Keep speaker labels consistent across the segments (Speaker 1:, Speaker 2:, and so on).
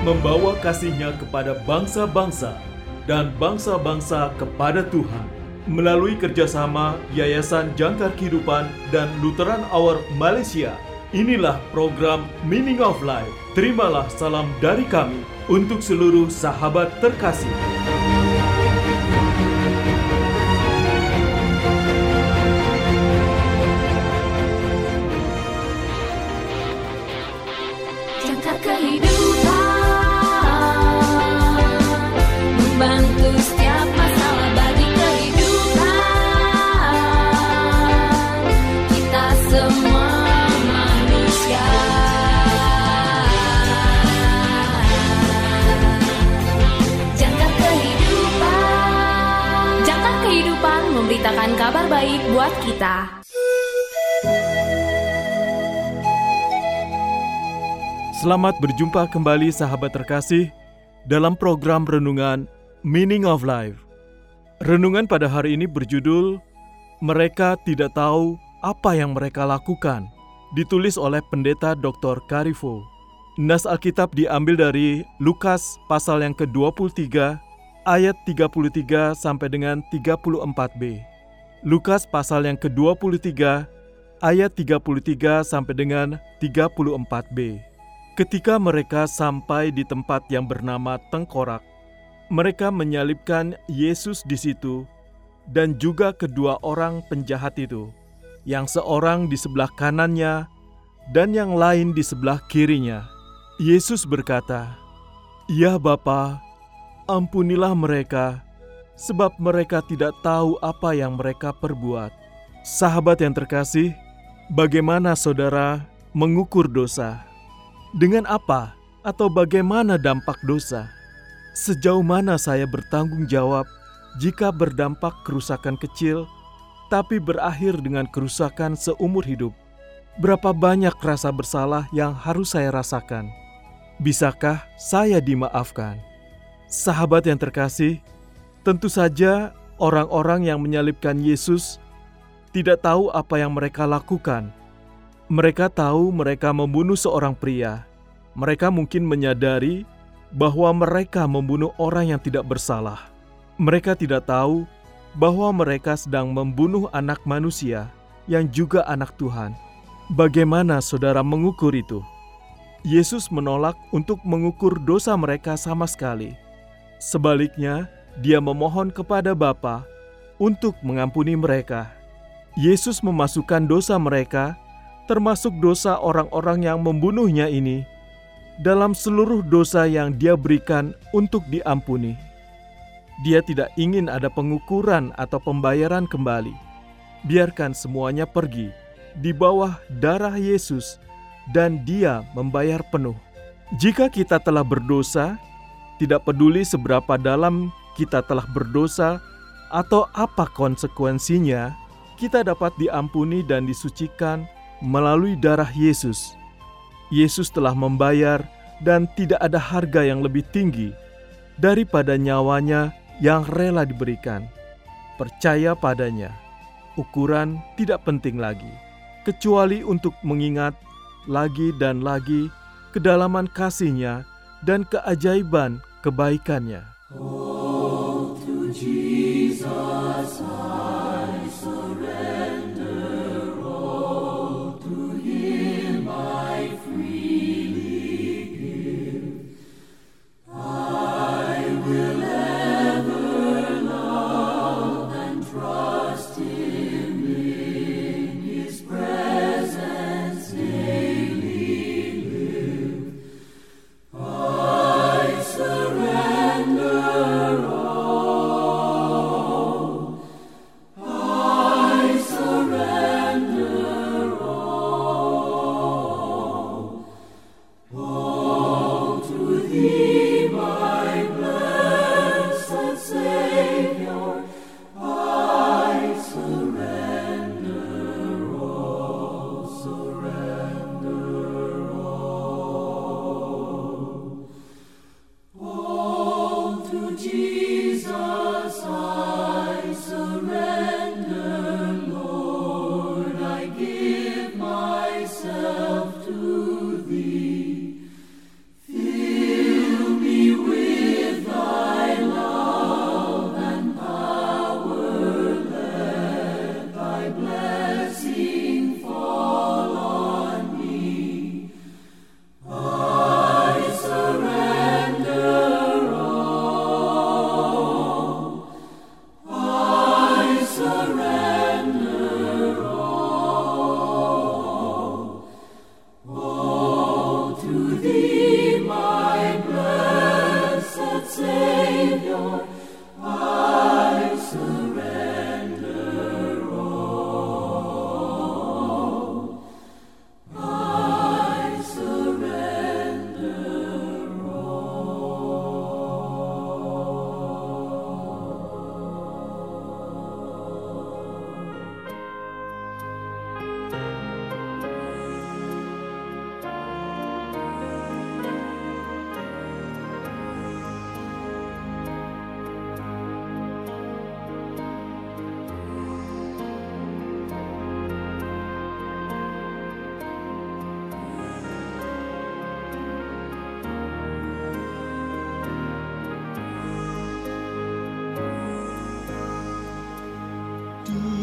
Speaker 1: membawa kasih-Nya kepada bangsa-bangsa dan bangsa-bangsa kepada Tuhan. Melalui kerjasama Yayasan Jangkar Kehidupan dan Lutheran Hour Malaysia, inilah program Meaning of Life. Terimalah salam dari kami untuk seluruh sahabat terkasih.
Speaker 2: Jangkar kehidupan membantu setiap masalah bagi kehidupan kita semua manusia. Jangkar kehidupan memberitakan kabar baik buat kita.
Speaker 1: Selamat berjumpa kembali sahabat terkasih dalam program Renungan Meaning of Life. Renungan pada hari ini berjudul Mereka Tidak Tahu Apa Yang Mereka Lakukan, ditulis oleh Pendeta Dr. Karifo. Nas Alkitab diambil dari Lukas pasal yang ke-23 ayat 33 sampai dengan 34b. Lukas pasal yang ke-23 ayat 33 sampai dengan 34b. Ketika mereka sampai di tempat yang bernama Tengkorak, mereka menyalibkan Yesus di situ dan juga kedua orang penjahat itu, yang seorang di sebelah kanannya dan yang lain di sebelah kirinya. Yesus berkata, "Ya Bapa, ampunilah mereka, sebab mereka tidak tahu apa yang mereka perbuat." Sahabat yang terkasih, bagaimana saudara mengukur dosa? Dengan apa atau bagaimana dampak dosa? Sejauh mana saya bertanggung jawab jika berdampak kerusakan kecil, tapi berakhir dengan kerusakan seumur hidup? Berapa banyak rasa bersalah yang harus saya rasakan? Bisakah saya dimaafkan? Sahabat yang terkasih, tentu saja orang-orang yang menyalibkan Yesus tidak tahu apa yang mereka lakukan. Mereka tahu mereka membunuh seorang pria. Mereka mungkin menyadari bahwa mereka membunuh orang yang tidak bersalah. Mereka tidak tahu bahwa mereka sedang membunuh anak manusia yang juga anak Tuhan. Bagaimana saudara mengukur itu? Yesus menolak untuk mengukur dosa mereka sama sekali. Sebaliknya, Dia memohon kepada Bapa untuk mengampuni mereka. Yesus memasukkan dosa mereka, termasuk dosa orang-orang yang membunuhnya ini, dalam seluruh dosa yang Dia berikan untuk diampuni. Dia tidak ingin ada pengukuran atau pembayaran kembali. Biarkan semuanya pergi di bawah darah Yesus dan Dia membayar penuh. Jika kita telah berdosa, tidak peduli seberapa dalam kita telah berdosa atau apa konsekuensinya, kita dapat diampuni dan disucikan melalui darah Yesus. Yesus telah membayar dan tidak ada harga yang lebih tinggi daripada nyawanya yang rela diberikan. Percaya padanya. Ukuran tidak penting lagi, kecuali untuk mengingat lagi dan lagi kedalaman kasih-Nya dan keajaiban kebaikan-Nya.
Speaker 3: Oh, to Jesus I surrender all, to Him I freely give. I will ever love and trust Him in His presence daily live. I surrender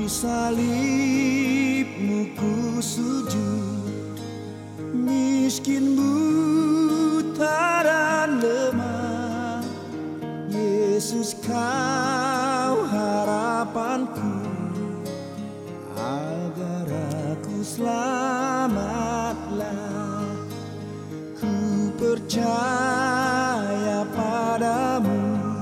Speaker 4: salibmu ku sujud, miskin, buta dan lemah. Yesus, kau harapanku, agar aku selamatlah. Ku percaya padamu,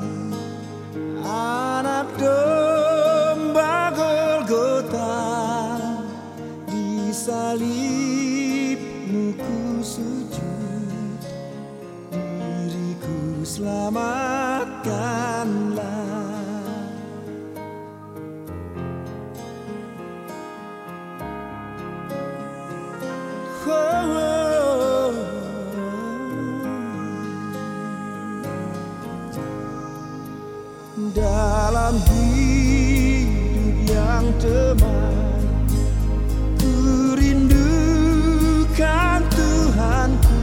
Speaker 4: Anak domba Golgota. Di salibmu ku sujud, diriku selamatkanlah. Dalam hidup yang teman, ku rindukan Tuhanku.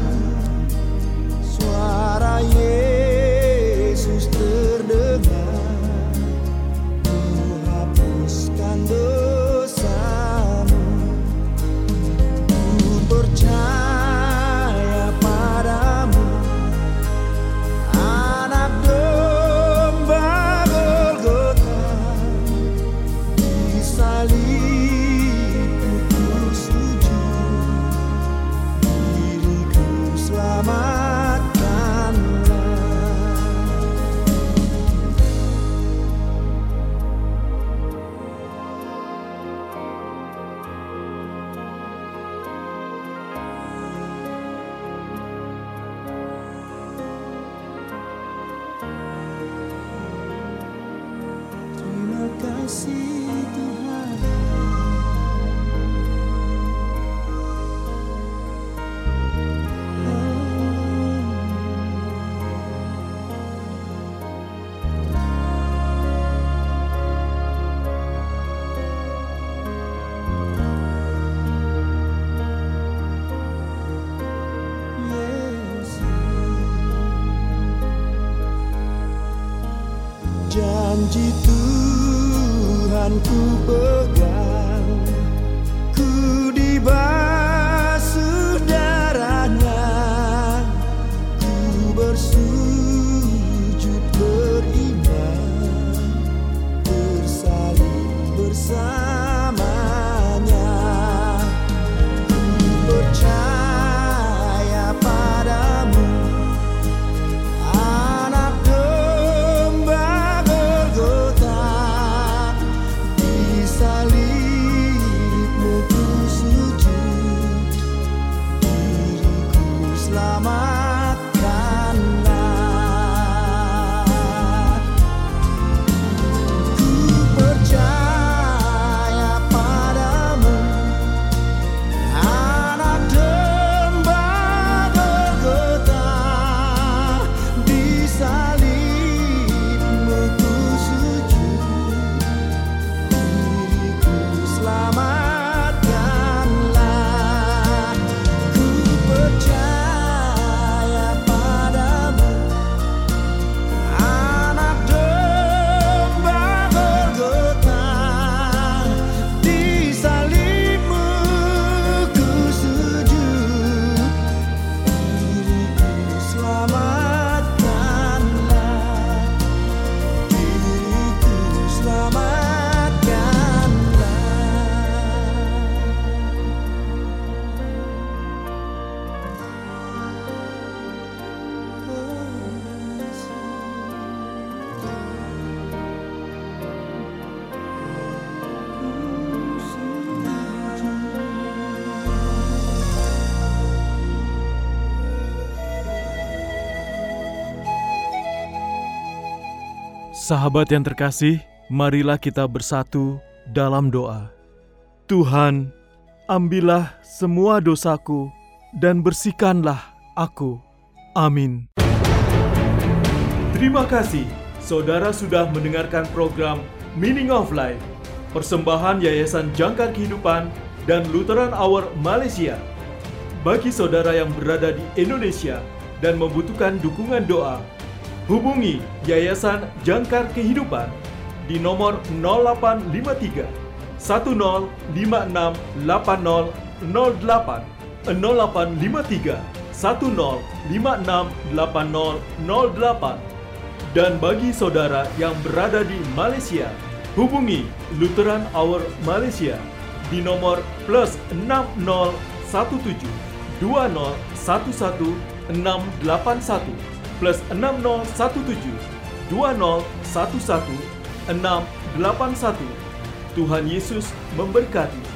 Speaker 4: Suara Yesus terdengar, ku hapuskan dosamu. Ku percaya padamu, Anak domba Golgota. Di salibmu ku sujud, diriku selamatkanlah. Terima kasih Tuhan. Yesus, janji Tuhan ku pegang, ku dibasuh darahnya, ku bersujud beriman, bersalin bersamanya. Ku percaya padamu, Anak domba Golgota. Di salibmu ku sujud, diriku selamatkanlah. Ku percaya padamu, Anak domba Golgota. Di salibmu ku sujud, diriku selamatkanlah. Ku percaya padamu, Anak domba Golgota. Di salibmu ku sujud, diriku selamatkanlah. Diriku selamatkanlah.
Speaker 1: Sahabat yang terkasih, marilah kita bersatu dalam doa. Tuhan, ambillah semua dosaku dan bersihkanlah aku. Amin. Terima kasih, saudara sudah mendengarkan program Meaning of Life, persembahan Yayasan Jangkar Kehidupan dan Lutheran Hour Malaysia. Bagi saudara yang berada di Indonesia dan membutuhkan dukungan doa, hubungi Yayasan Jangkar Kehidupan di nomor 0853 Dan bagi saudara yang berada di Malaysia, hubungi Lutheran Hour Malaysia di nomor +6017 2011 681 +6017 2011 681. Tuhan Yesus memberkati.